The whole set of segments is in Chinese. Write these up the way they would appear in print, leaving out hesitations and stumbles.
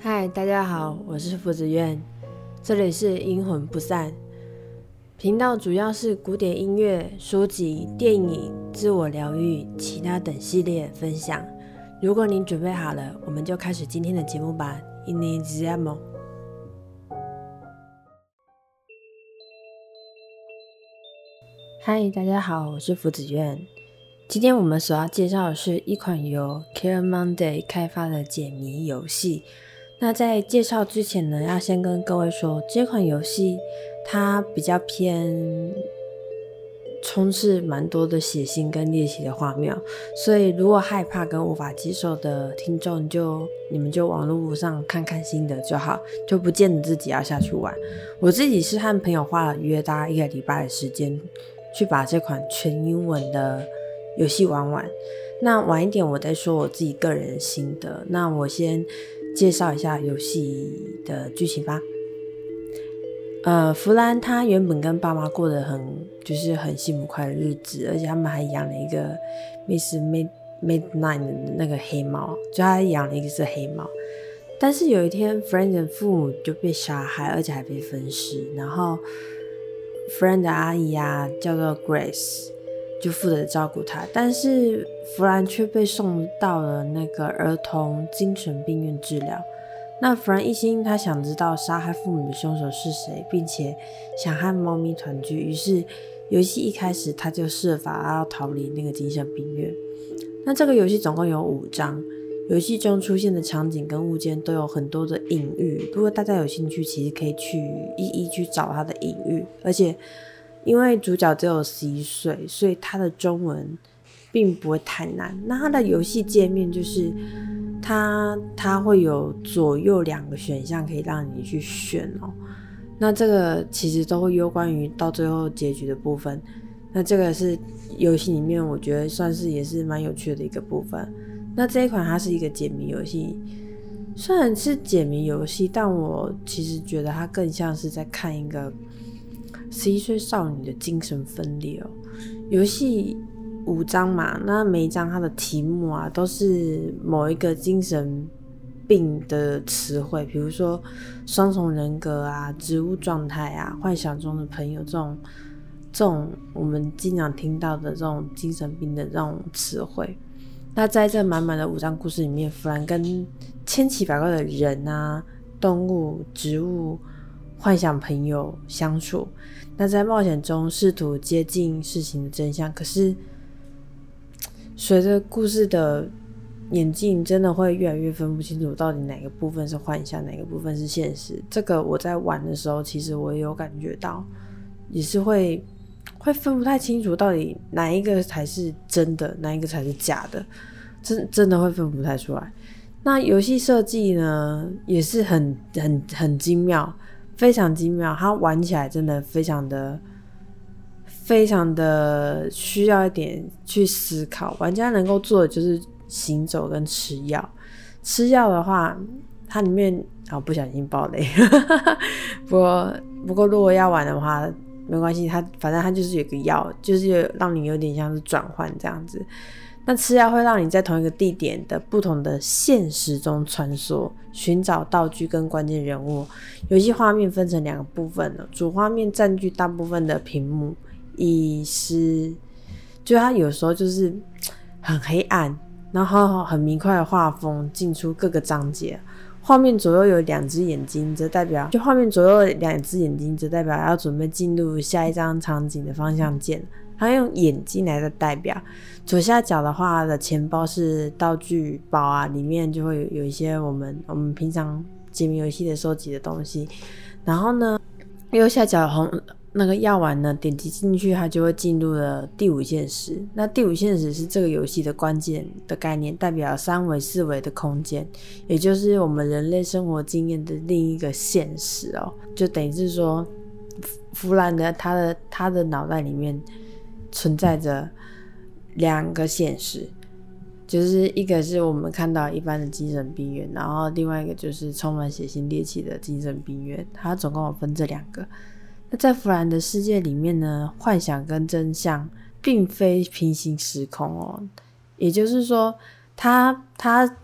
嗨，大家好，我是福子苑，这里是阴魂不散频道，主要是古典音乐、书籍、电影、自我疗愈、其他等系列分享。如果你准备好了，我们就开始今天的节目吧。Iniziamo。嗨，大家好，我是福子苑。今天我们所要介绍的是一款由 Care Monday 开发的解谜游戏。那在介绍之前呢，要先跟各位说，这款游戏它比较偏充斥蛮多的血腥跟猎奇的画面，所以如果害怕跟无法接受的听众，你们就网络上看看心得就好，就不见得自己要下去玩。我自己是和朋友花了约大概1个礼拜的时间去把这款全英文的游戏玩完。那晚一点我再说我自己个人的心得。那我先介绍一下游戏的剧情吧。弗兰他原本跟爸妈过得很幸福快乐的日子，而且他们还养了一个 Miss Midnight 的那个黑猫，就他养了一只黑猫。但是有一天 Fran 的父母就被杀害，而且还被分尸，然后 Fran 的阿姨叫做 Grace 就负责照顾他，但是弗兰却被送到了那个儿童精神病院治疗。那弗兰一心他想知道杀害父母的凶手是谁，并且想和猫咪团聚，于是游戏一开始他就设法要逃离那个精神病院。那这个游戏总共有5章，游戏中出现的场景跟物件都有很多的隐喻，如果大家有兴趣其实可以去一一去找它的隐喻，而且因为主角只有11岁，所以他的中文并不会太难。那他的游戏界面就是它会有左右2个选项可以让你去选哦。那这个其实都会攸关于到最后结局的部分。那这个是游戏里面我觉得算是也是蛮有趣的一个部分。那这一款它是一个解谜游戏，虽然是解谜游戏，但我其实觉得它更像是在看一个11岁少女的精神分裂哦。游戏5章嘛，那每一章它的题目都是某一个精神病的词汇，比如说双重人格植物状态幻想中的朋友，这种我们经常听到的这种精神病的这种词汇。那在这满满的5章故事里面，弗兰跟千奇百怪的人动物、植物、幻想朋友相处，那在冒险中试图接近事情的真相，可是随着故事的演进，真的会越来越分不清楚到底哪个部分是幻想，哪个部分是现实。这个我在玩的时候其实我也有感觉到，也是会分不太清楚到底哪一个才是真的，哪一个才是假的，真的会分不太出来。那游戏设计呢也是很精妙，非常精妙，它玩起来真的非常的需要一点去思考。玩家能够做的就是行走跟吃药。吃药的话，它里面不小心爆雷不过如果要玩的话没关系，反正它就是有个药，就是让你有点像是转换这样子。那吃药会让你在同一个地点的不同的现实中穿梭，寻找道具跟关键人物。游戏画面分成2个部分了，主画面占据大部分的屏幕，就它有时候就是很黑暗，然后很明快的画风进出各个章节。画面左右有2只眼睛，则代表要准备进入下一张场景的方向键，它用眼睛来代表。左下角的话的钱包是道具包里面就会有一些我们平常解谜游戏的收集的东西。然后呢，右下角那个药丸呢，点击进去它就会进入了第5现实。那第5现实是这个游戏的关键的概念，代表3维4维的空间，也就是我们人类生活经验的另一个现实哦。就等于是说弗兰的他的脑袋里面存在着2个现实，就是一个是我们看到一般的精神病院，然后另外一个就是充满血腥猎奇的精神病院。它总共有分这2个。那在弗兰的世界里面呢，幻想跟真相并非平行时空哦，也就是说他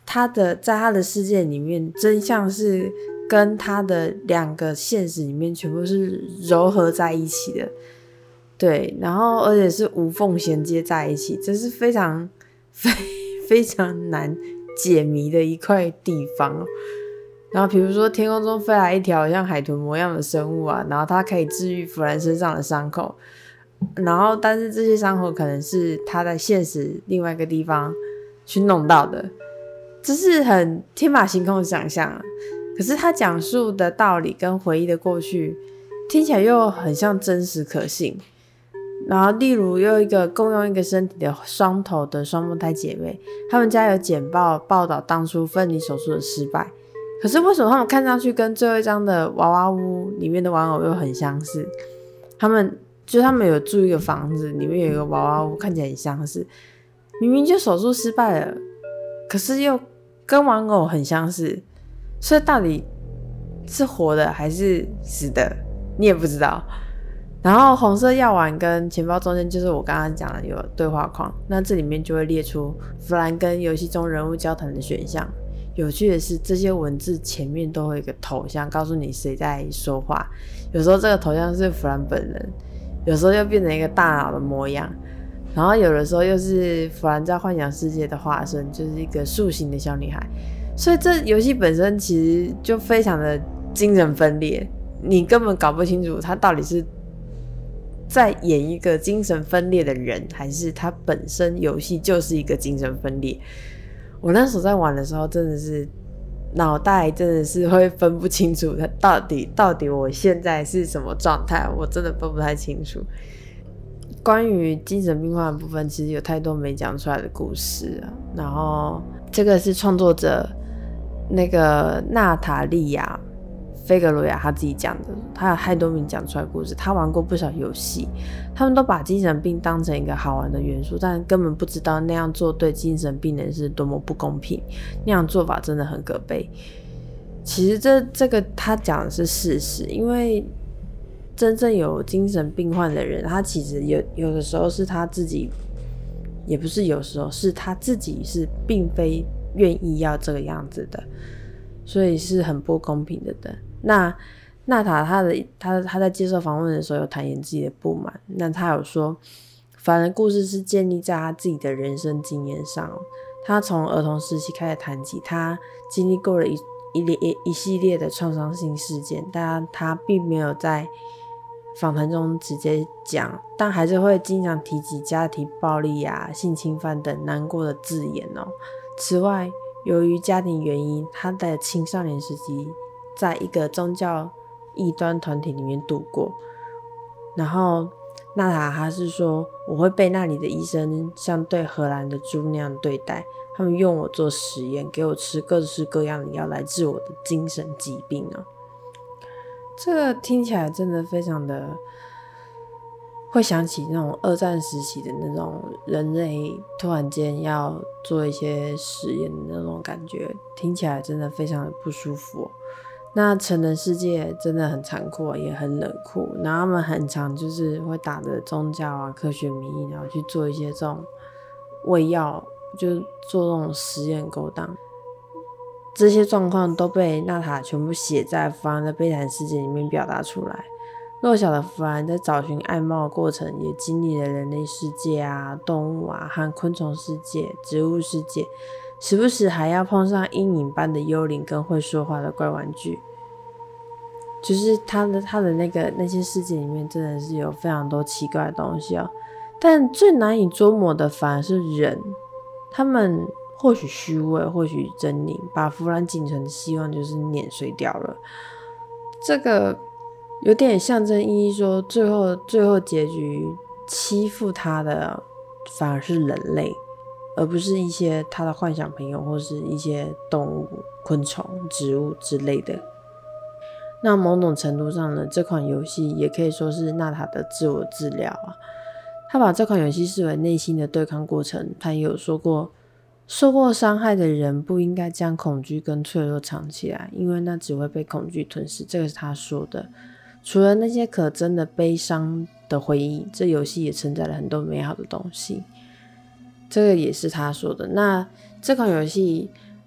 在他的世界里面，真相是跟他的两个现实里面全部是糅合在一起的，对，然后而且是无缝衔接在一起，这是非常非常难解谜的一块地方。然后比如说天空中飞来一条像海豚模样的生物啊，然后它可以治愈弗兰身上的伤口，然后但是这些伤口可能是他在现实另外一个地方去弄到的，这是很天马行空的想象啊。可是他讲述的道理跟回忆的过去听起来又很像真实可信。然后例如又一个共用一个身体的双头的双胞胎姐妹，他们家有简报报道当初分离手术的失败，可是为什么他们看上去跟最后一张的娃娃屋里面的玩偶又很相似？他们有住一个房子，里面有一个娃娃屋，看起来很相似，明明就手术失败了，可是又跟玩偶很相似，所以到底是活的还是死的你也不知道。然后红色药丸跟钱包中间就是我刚刚讲的有对话框，那这里面就会列出弗兰跟游戏中人物交谈的选项。有趣的是这些文字前面都会有一个头像，告诉你谁在说话，有时候这个头像是弗兰本人，有时候又变成一个大脑的模样，然后有的时候又是弗兰在幻想世界的化身，就是一个塑形的小女孩。所以这游戏本身其实就非常的精神分裂，你根本搞不清楚他到底是在演一个精神分裂的人，还是他本身游戏就是一个精神分裂。我那时候在玩的时候真的是脑袋真的是会分不清楚他到底我现在是什么状态，我真的分不太清楚。关于精神病患的部分其实有太多没讲出来的故事了，然后这个是创作者那个娜塔莉亚菲格罗亚他自己讲的，他有太多没讲出来的故事，他玩过不少游戏，他们都把精神病当成一个好玩的元素，但根本不知道那样做对精神病人是多么不公平，那样做法真的很可悲。其实这个他讲的是事实，因为真正有精神病患的人，他其实有的时候是他自己，也不是有时候是他自己是并非愿意要这个样子的，所以是很不公平的。那娜塔他在接受访问的时候有坦言自己的不满，那他有说反而故事是建立在他自己的人生经验上，他从儿童时期开始谈起，他经历过了一系列的创伤性事件，但他并没有在访谈中直接讲，但还是会经常提及家庭暴力啊、性侵犯等难过的字眼哦。此外，由于家庭原因，他的青少年时期在一个宗教异端团体里面度过。然后娜塔他是说，我会被那里的医生像对荷兰的猪那样对待，他们用我做实验，给我吃各式各样的药来治我的精神疾病啊。这个听起来真的非常的会想起那种二战时期的那种人类突然间要做一些实验的那种感觉，听起来真的非常的不舒服。那成人世界真的很残酷，也很冷酷，然后他们很常就是会打着宗教啊、科学名义，然后去做一些这种喂药，就是做这种实验勾当。这些状况都被娜塔全部写在弗兰的悲惨世界里面表达出来。弱小的弗兰在找寻爱猫的过程，也经历了人类世界啊、动物啊和昆虫世界、植物世界，时不时还要碰上阴影般的幽灵跟会说话的怪玩具。就是他的那些世界里面真的是有非常多奇怪的东西哦。但最难以捉摸的反而是人，他们或许虚伪，或许狰狞，把弗兰仅存的希望就是碾碎掉了。这个有点象征意义说，最后结局欺负他的反而是人类，而不是一些他的幻想朋友或是一些动物、昆虫、植物之类的。那某种程度上呢，这款游戏也可以说是娜塔的自我治疗啊。他把这款游戏视为内心的对抗过程。他也有说过，受过伤害的人不应该将恐惧跟脆弱藏起来，因为那只会被恐惧吞噬。这个是他说的。除了那些可憎的悲伤的回忆，这游戏也承载了很多美好的东西。这个也是他说的。那这款游戏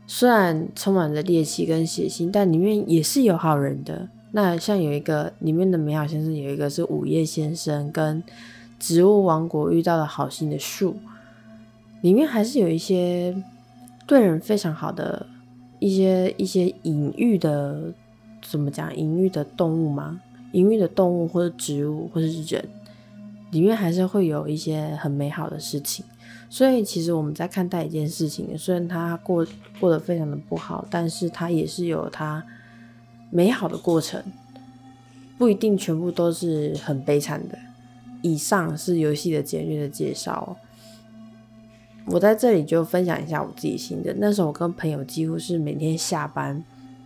虽然充满着猎奇跟血腥，但里面也是有好人的。那像有一个里面的美好先生，有一个是午夜先生跟植物王国遇到了好心的树，里面还是有一些对人非常好的一些隐喻的，怎么讲，隐喻的动物吗？隐喻的动物或者植物或是人，里面还是会有一些很美好的事情。所以其实我们在看待一件事情，虽然它过得非常的不好，但是它也是有它美好的过程，不一定全部都是很悲惨的。以上是游戏的简略的介绍我在这里就分享一下我自己心得。那时候我跟朋友几乎是每天下班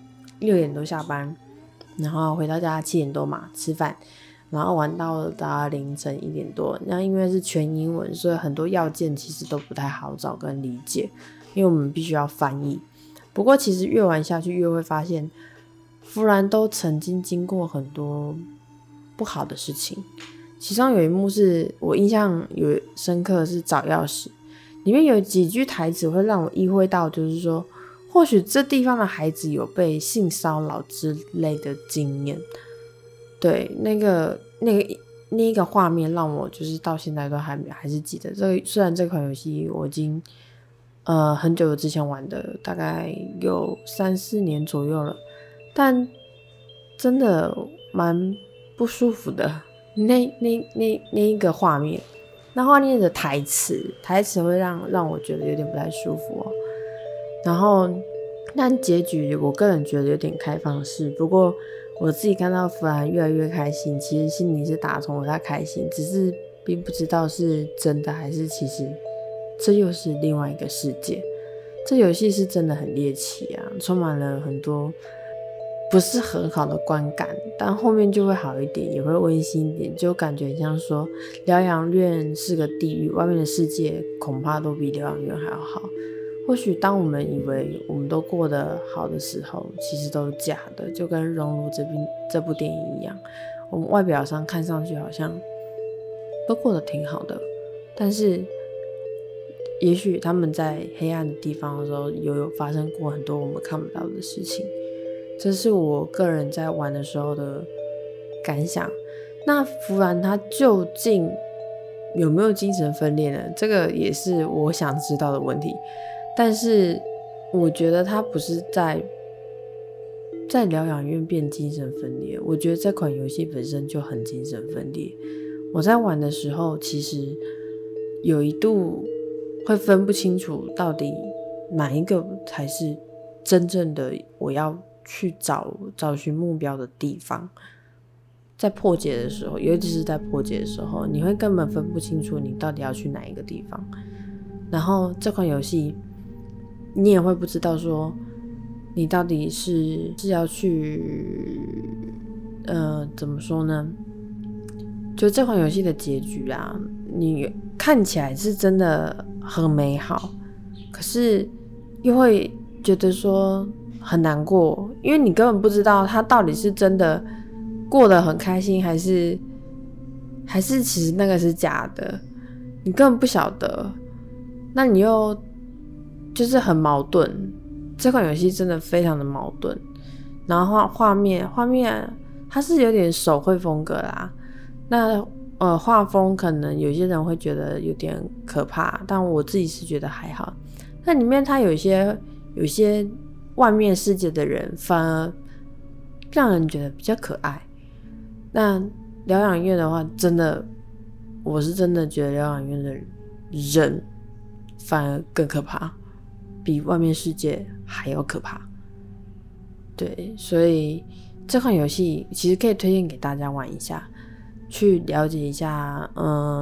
6点多下班，然后回到家7点多嘛吃饭，然后玩到达凌晨1点多。那因为是全英文，所以很多要件其实都不太好找跟理解，因为我们必须要翻译。不过其实越玩下去越会发现，弗兰都曾经经过很多不好的事情。其中有一幕是我印象有深刻，是找钥匙，里面有几句台词会让我意会到，就是说或许这地方的孩子有被性骚扰之类的经验。对，那个画面让我就是到现在都还是记得。虽然这款游戏我已经很久之前玩的，大概有3-4年左右了，但真的蛮不舒服的。那一个画面，那画面的台词会让我觉得有点不太舒服然后但结局我个人觉得有点开放式，不过我自己看到弗兰越来越开心，其实心里是打从他开心，只是并不知道是真的还是其实这又是另外一个世界。这游戏是真的很猎奇充满了很多不是很好的观感，但后面就会好一点，也会温馨一点，就感觉像说疗养院是个地狱，外面的世界恐怕都比疗养院还要好。或许当我们以为我们都过得好的时候，其实都是假的，就跟《熔炉》这部电影一样，我们外表上看上去好像都过得挺好的，但是也许他们在黑暗的地方的时候有发生过很多我们看不到的事情。这是我个人在玩的时候的感想。那弗兰他究竟有没有精神分裂呢？这个也是我想知道的问题。但是我觉得他不是在疗养院变精神分裂，我觉得这款游戏本身就很精神分裂。我在玩的时候其实有一度会分不清楚到底哪一个才是真正的我要去找寻目标的地方。在破解的时候，尤其是在破解的时候，你会根本分不清楚你到底要去哪一个地方。然后这款游戏你也会不知道说你到底是要去怎么说呢，就这款游戏的结局你看起来是真的很美好，可是又会觉得说很难过，因为你根本不知道他到底是真的过得很开心，还是其实那个是假的，你根本不晓得。那你又就是很矛盾，这款游戏真的非常的矛盾。然后画面它是有点手绘风格啦，那画风可能有些人会觉得有点可怕，但我自己是觉得还好。那里面它有一些外面世界的人反而让人觉得比较可爱。那疗养院的话，我是真的觉得疗养院的人反而更可怕，比外面世界还要可怕。对，所以这款游戏其实可以推荐给大家玩一下，去了解一下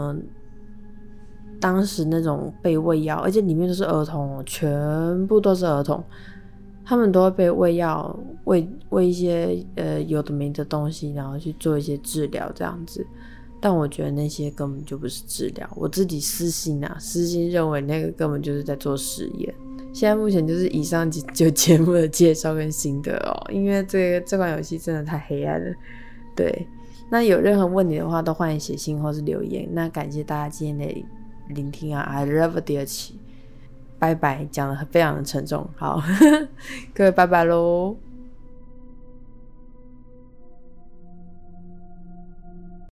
当时那种被喂药，而且里面都是儿童全部都是儿童，他们都会被喂药，喂一些有的没的东西，然后去做一些治疗这样子。但我觉得那些根本就不是治疗，我自己私心认为那个根本就是在做实验。现在目前就是以上就节目的介绍跟心得因为这款游戏真的太黑暗了。对，那有任何问题的话都欢迎写信或是留言。那感谢大家今天的聆听I love 第二期。 拜拜讲得非常的沉重。好，各位拜拜咯。